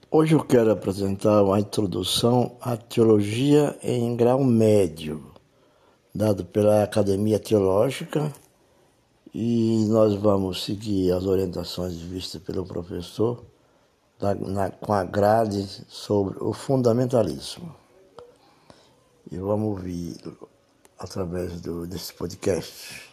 Hoje eu quero apresentar uma introdução à teologia em grau médio, dado pela Academia Teológica, e nós vamos seguir as orientações vistas pelo professor com a grade sobre o fundamentalismo. E vamos ouvir através desse podcast.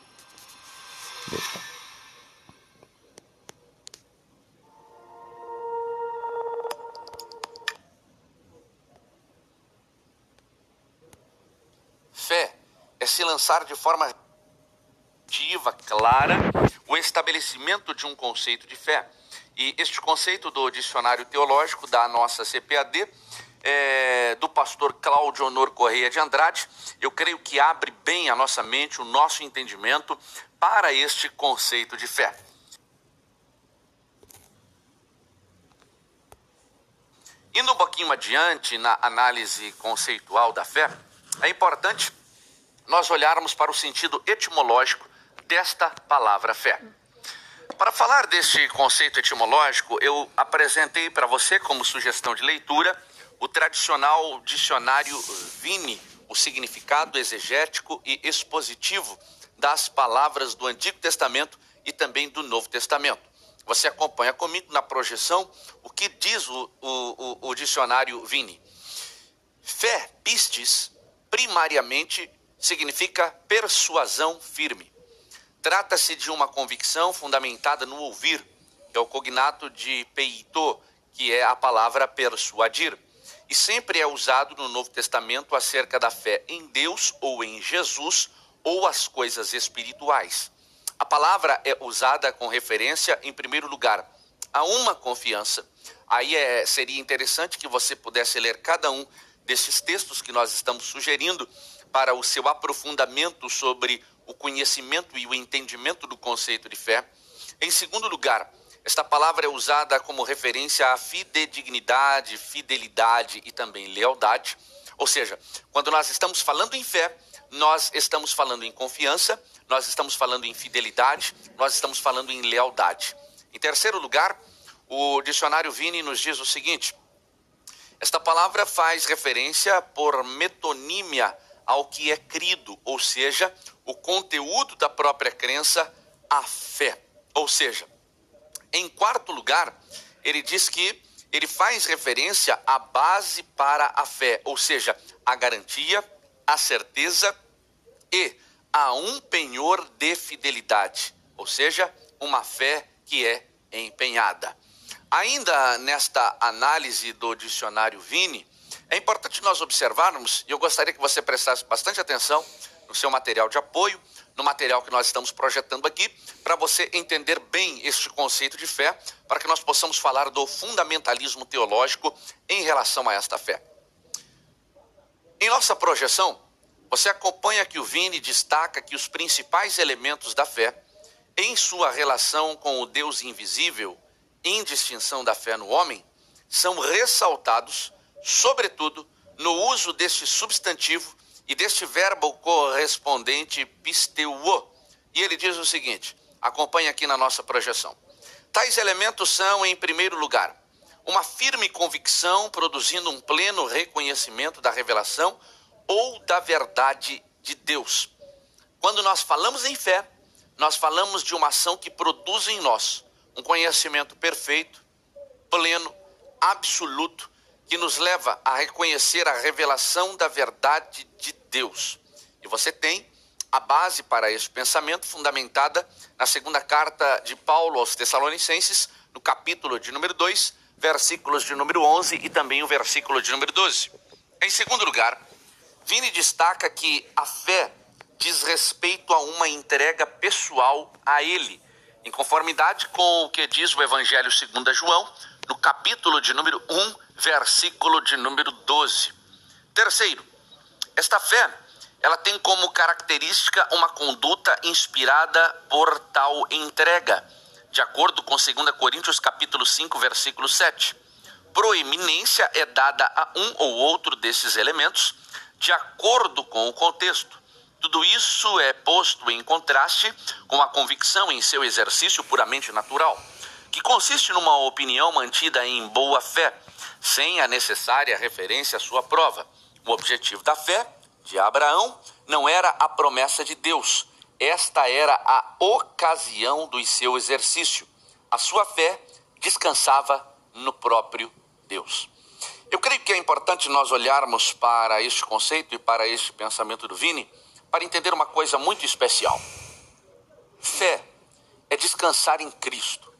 Fé é se lançar de forma ativa, clara, o estabelecimento de um conceito de fé. E este conceito do dicionário teológico da nossa CPAD, do pastor Cláudio Honor Correia de Andrade, eu creio que abre bem a nossa mente, o nosso entendimento para este conceito de fé. Indo um pouquinho adiante na análise conceitual da fé, é importante nós olharmos para o sentido etimológico desta palavra fé. Para falar deste conceito etimológico, eu apresentei para você como sugestão de leitura o tradicional dicionário Vini, o significado exegético e expositivo das palavras do Antigo Testamento e também do Novo Testamento. Você acompanha comigo na projeção o que diz o dicionário Vini. Fé, pistis, primariamente significa persuasão firme. Trata-se de uma convicção fundamentada no ouvir, que é o cognato de peito, que é a palavra persuadir. E sempre é usado no Novo Testamento acerca da fé em Deus ou em Jesus ou as coisas espirituais. A palavra é usada com referência, em primeiro lugar, a uma confiança. Aí seria interessante que você pudesse ler cada um desses textos que nós estamos sugerindo para o seu aprofundamento sobre o conhecimento e o entendimento do conceito de fé. Em segundo lugar, esta palavra é usada como referência à fidedignidade, fidelidade e também lealdade. Ou seja, quando nós estamos falando em fé, nós estamos falando em confiança, nós estamos falando em fidelidade, nós estamos falando em lealdade. Em terceiro lugar, o dicionário Vini nos diz o seguinte: esta palavra faz referência por metonímia ao que é crido, ou seja, o conteúdo da própria crença, a fé. Ou seja, em quarto lugar, ele diz que ele faz referência à base para a fé, ou seja, a garantia, a certeza e a um penhor de fidelidade, ou seja, uma fé que é empenhada. Ainda nesta análise do dicionário Vini, é importante nós observarmos, e eu gostaria que você prestasse bastante atenção no seu material de apoio, no material que nós estamos projetando aqui, para você entender bem este conceito de fé, para que nós possamos falar do fundamentalismo teológico em relação a esta fé. Em nossa projeção, você acompanha que o Vini destaca que os principais elementos da fé, em sua relação com o Deus invisível, em distinção da fé no homem, são ressaltados, sobretudo, no uso deste substantivo e deste verbo correspondente pisteuo. E ele diz o seguinte, acompanha aqui na nossa projeção. Tais elementos são, em primeiro lugar, uma firme convicção produzindo um pleno reconhecimento da revelação ou da verdade de Deus. Quando nós falamos em fé, nós falamos de uma ação que produz em nós um conhecimento perfeito, pleno, absoluto, que nos leva a reconhecer a revelação da verdade de Deus. E você tem a base para esse pensamento fundamentada na segunda carta de Paulo aos Tessalonicenses, no capítulo de número 2, versículos de número 11 e também o versículo de número 12. Em segundo lugar, Vini destaca que a fé diz respeito a uma entrega pessoal a Ele, em conformidade com o que diz o Evangelho segundo João, no capítulo de número 1, versículo de número 12. Terceiro, esta fé, ela tem como característica uma conduta inspirada por tal entrega, de acordo com 2 Coríntios capítulo 5, versículo 7. Proeminência é dada a um ou outro desses elementos, de acordo com o contexto. Tudo isso é posto em contraste com a convicção em seu exercício puramente natural. que consiste numa opinião mantida em boa fé, sem a necessária referência à sua prova. O objetivo da fé de Abraão não era a promessa de Deus, esta era a ocasião do seu exercício. A sua fé descansava no próprio Deus. Eu creio que é importante nós olharmos para este conceito e para este pensamento do Vini para entender uma coisa muito especial. Fé é descansar em Cristo.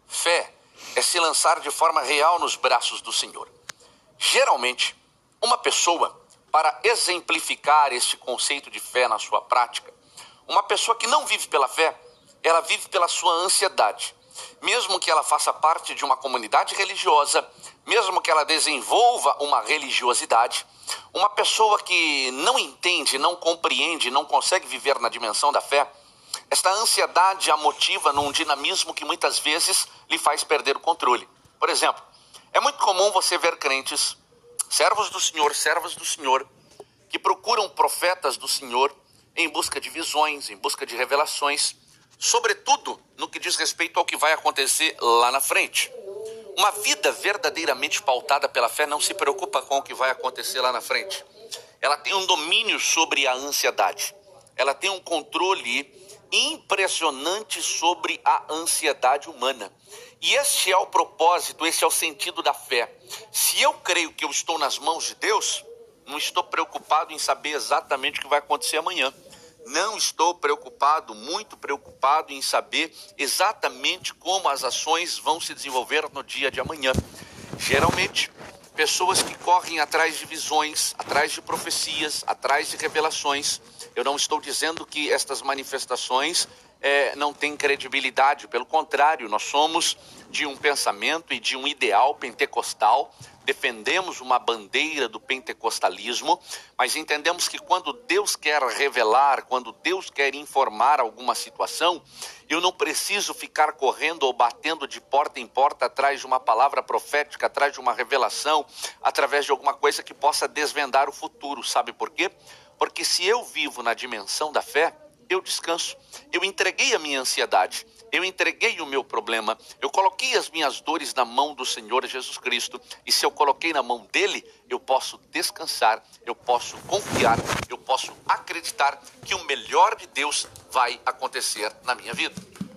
Fé é se lançar de forma real nos braços do Senhor. Geralmente, uma pessoa, para exemplificar este conceito de fé na sua prática, uma pessoa que não vive pela fé, ela vive pela sua ansiedade. Mesmo que ela faça parte de uma comunidade religiosa, mesmo que ela desenvolva uma religiosidade, uma pessoa que não entende, não compreende, não consegue viver na dimensão da fé, esta ansiedade a motiva num dinamismo que muitas vezes lhe faz perder o controle. Por exemplo, é muito comum você ver crentes, servos do Senhor, servas do Senhor, que procuram profetas do Senhor em busca de visões, em busca de revelações, sobretudo no que diz respeito ao que vai acontecer lá na frente. Uma vida verdadeiramente pautada pela fé não se preocupa com o que vai acontecer lá na frente. Ela tem um domínio sobre a ansiedade. Ela tem um controle impressionante sobre a ansiedade humana. E este é o propósito, esse é o sentido da fé. Se eu creio que eu estou nas mãos de Deus, não estou preocupado em saber exatamente o que vai acontecer amanhã. Não estou preocupado, muito preocupado em saber exatamente como as ações vão se desenvolver no dia de amanhã. Geralmente, pessoas que correm atrás de visões, atrás de profecias, atrás de revelações. Eu não estou dizendo que estas manifestações não têm credibilidade. Pelo contrário, nós somos de um pensamento e de um ideal pentecostal. Defendemos uma bandeira do pentecostalismo, mas entendemos que quando Deus quer revelar, quando Deus quer informar alguma situação, eu não preciso ficar correndo ou batendo de porta em porta atrás de uma palavra profética, atrás de uma revelação, através de alguma coisa que possa desvendar o futuro. Sabe por quê? Porque se eu vivo na dimensão da fé, eu descanso. Eu entreguei a minha ansiedade, eu entreguei o meu problema, eu coloquei as minhas dores na mão do Senhor Jesus Cristo. E se eu coloquei na mão dele, eu posso descansar, eu posso confiar, eu posso acreditar que o melhor de Deus vai acontecer na minha vida.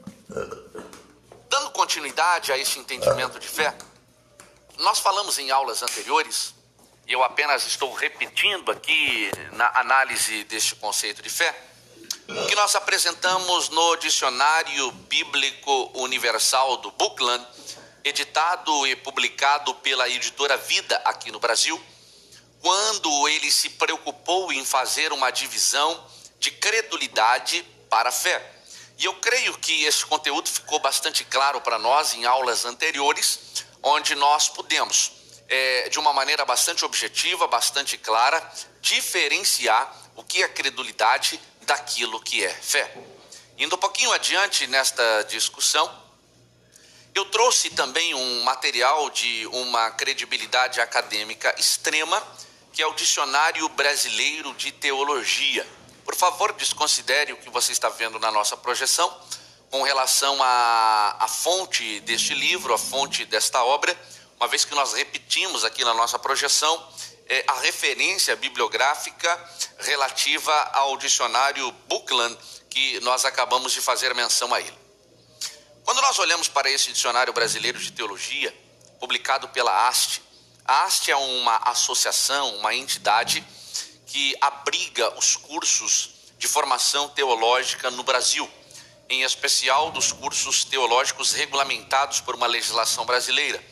Dando continuidade a este entendimento de fé, nós falamos em aulas anteriores, e eu apenas estou repetindo aqui na análise deste conceito de fé, o que nós apresentamos no Dicionário Bíblico Universal do Bookland, editado e publicado pela editora Vida aqui no Brasil, quando ele se preocupou em fazer uma divisão de credulidade para a fé. E eu creio que esse conteúdo ficou bastante claro para nós em aulas anteriores, onde nós pudemos, de uma maneira bastante objetiva, bastante clara, diferenciar o que é credulidade daquilo que é fé. Indo um pouquinho adiante nesta discussão, eu trouxe também um material de uma credibilidade acadêmica extrema, que é o Dicionário Brasileiro de Teologia. Por favor, desconsidere o que você está vendo na nossa projeção com relação à fonte deste livro, a fonte desta obra, uma vez que nós repetimos aqui na nossa projeção a referência bibliográfica relativa ao dicionário Bookland, que nós acabamos de fazer menção a ele. Quando nós olhamos para esse Dicionário Brasileiro de Teologia, publicado pela ASTE, a ASTE é uma associação, uma entidade que abriga os cursos de formação teológica no Brasil, em especial dos cursos teológicos regulamentados por uma legislação brasileira.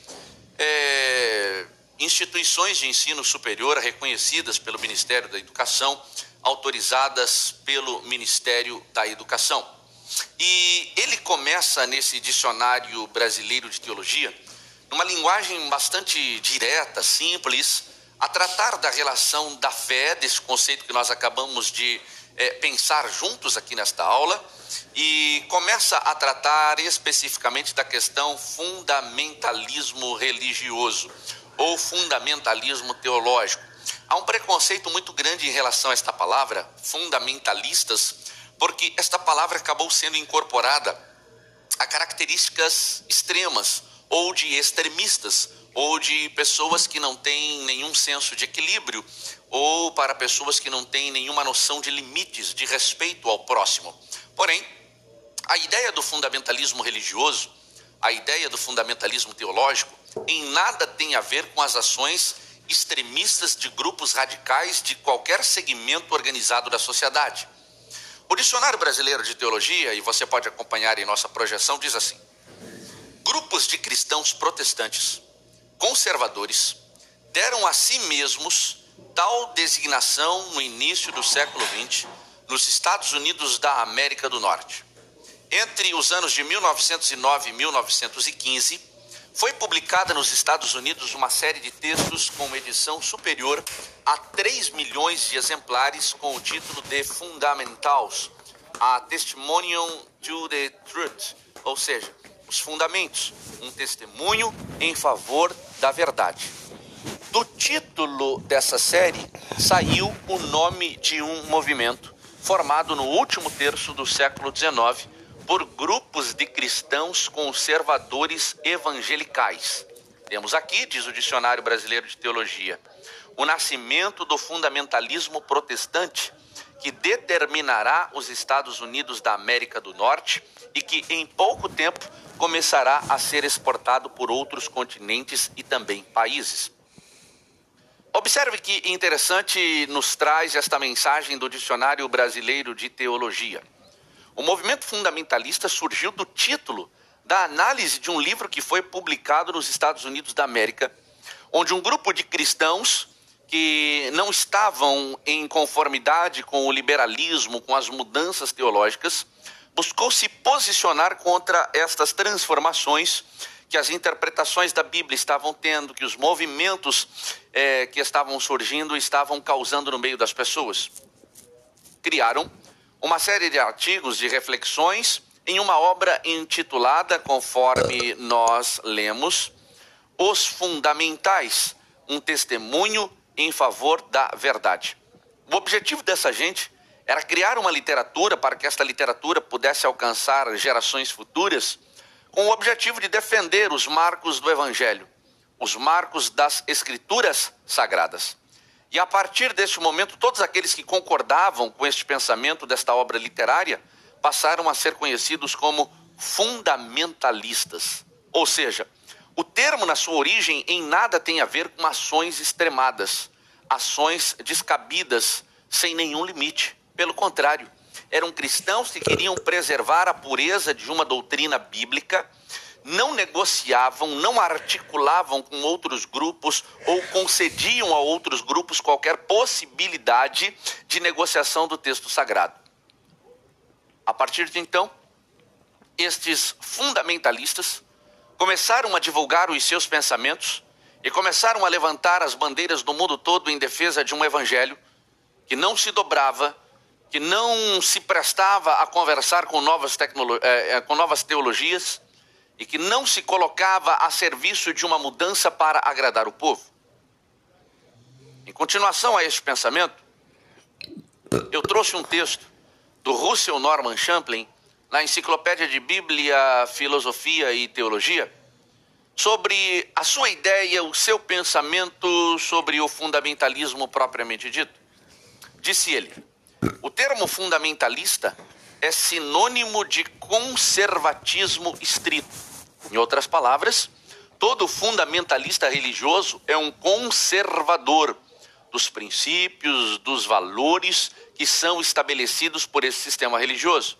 Instituições de ensino superior reconhecidas pelo Ministério da Educação, autorizadas pelo Ministério da Educação. E ele começa nesse Dicionário Brasileiro de Teologia, numa linguagem bastante direta, simples, a tratar da relação da fé, desse conceito que nós acabamos de pensar juntos aqui nesta aula, e começa a tratar especificamente da questão fundamentalismo religioso, ou fundamentalismo teológico. Há um preconceito muito grande em relação a esta palavra, fundamentalistas, porque esta palavra acabou sendo incorporada a características extremas, ou de extremistas, ou de pessoas que não têm nenhum senso de equilíbrio, ou para pessoas que não têm nenhuma noção de limites, de respeito ao próximo. Porém, a ideia do fundamentalismo religioso, a ideia do fundamentalismo teológico, em nada tem a ver com as ações extremistas de grupos radicais de qualquer segmento organizado da sociedade. O Dicionário Brasileiro de Teologia, e você pode acompanhar em nossa projeção, diz assim: grupos de cristãos protestantes, conservadores, deram a si mesmos tal designação no início do século XX, nos Estados Unidos da América do Norte. Entre os anos de 1909 e 1915, foi publicada nos Estados Unidos uma série de textos com edição superior a 3 milhões de exemplares com o título de Fundamentals, a Testimonial to the Truth, ou seja, os fundamentos, um testemunho em favor da verdade. Do título dessa série saiu o nome de um movimento formado no último terço do século XIX por grupos de cristãos conservadores evangelicais. Temos aqui, diz o Dicionário Brasileiro de Teologia, o nascimento do fundamentalismo protestante, que determinará os Estados Unidos da América do Norte e que em pouco tempo começará a ser exportado por outros continentes e também países. Observe que interessante nos traz esta mensagem do Dicionário Brasileiro de Teologia. O movimento fundamentalista surgiu do título da análise de um livro que foi publicado nos Estados Unidos da América, onde um grupo de cristãos que não estavam em conformidade com o liberalismo, com as mudanças teológicas, buscou se posicionar contra estas transformações que as interpretações da Bíblia estavam tendo, que os movimentos que estavam surgindo estavam causando no meio das pessoas. Criaram uma série de artigos, de reflexões, em uma obra intitulada, conforme nós lemos, Os Fundamentais, um testemunho em favor da verdade. O objetivo dessa gente era criar uma literatura para que esta literatura pudesse alcançar gerações futuras, com o objetivo de defender os marcos do Evangelho, os marcos das Escrituras Sagradas. E a partir deste momento, todos aqueles que concordavam com este pensamento desta obra literária passaram a ser conhecidos como fundamentalistas. Ou seja, o termo na sua origem em nada tem a ver com ações extremadas, ações descabidas, sem nenhum limite. Pelo contrário, eram cristãos que queriam preservar a pureza de uma doutrina bíblica, não negociavam, não articulavam com outros grupos ou concediam a outros grupos qualquer possibilidade de negociação do texto sagrado. A partir de então, estes fundamentalistas começaram a divulgar os seus pensamentos e começaram a levantar as bandeiras do mundo todo em defesa de um evangelho que não se dobrava, que não se prestava a conversar com novas teologias, e que não se colocava a serviço de uma mudança para agradar o povo. Em continuação a este pensamento, eu trouxe um texto do Russell Norman Champlin, na Enciclopédia de Bíblia, Filosofia e Teologia, sobre a sua ideia, o seu pensamento sobre o fundamentalismo propriamente dito. Disse ele: o termo fundamentalista é sinônimo de conservatismo estrito. Em outras palavras, todo fundamentalista religioso é um conservador dos princípios, dos valores que são estabelecidos por esse sistema religioso.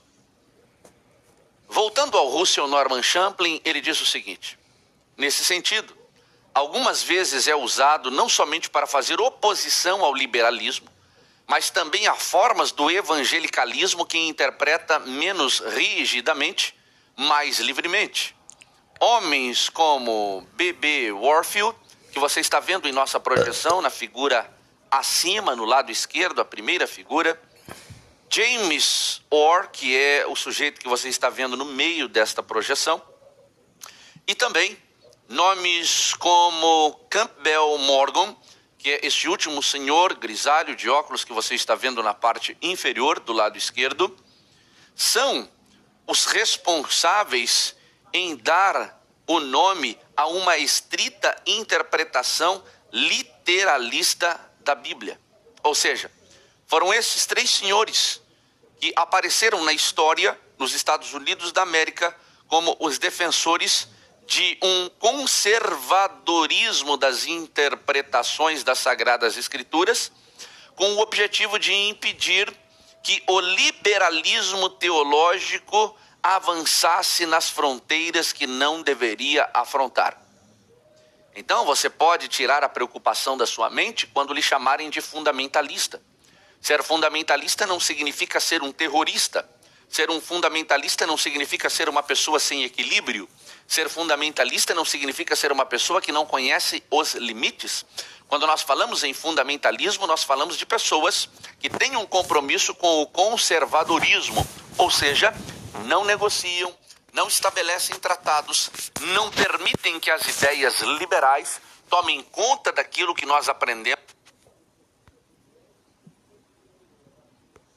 Voltando ao Russell Norman Champlin, ele diz o seguinte: nesse sentido, algumas vezes é usado não somente para fazer oposição ao liberalismo, mas também a formas do evangelicalismo que interpreta menos rigidamente, mais livremente. Homens como B.B. Warfield, que você está vendo em nossa projeção, na figura acima, no lado esquerdo, a primeira figura. James Orr, que é o sujeito que você está vendo no meio desta projeção. E também nomes como Campbell Morgan, que é este último senhor grisalho de óculos que você está vendo na parte inferior do lado esquerdo, são os responsáveis em dar o nome a uma estrita interpretação literalista da Bíblia. Ou seja, foram esses 3 senhores que apareceram na história nos Estados Unidos da América como os defensores de um conservadorismo das interpretações das Sagradas Escrituras, com o objetivo de impedir que o liberalismo teológico avançasse nas fronteiras que não deveria afrontar. Então você pode tirar a preocupação da sua mente quando lhe chamarem de fundamentalista. Ser fundamentalista não significa ser um terrorista. Ser um fundamentalista não significa ser uma pessoa sem equilíbrio. Ser fundamentalista não significa ser uma pessoa que não conhece os limites. Quando nós falamos em fundamentalismo, nós falamos de pessoas que têm um compromisso com o conservadorismo, ou seja, não negociam, não estabelecem tratados, não permitem que as ideias liberais tomem conta daquilo que nós aprendemos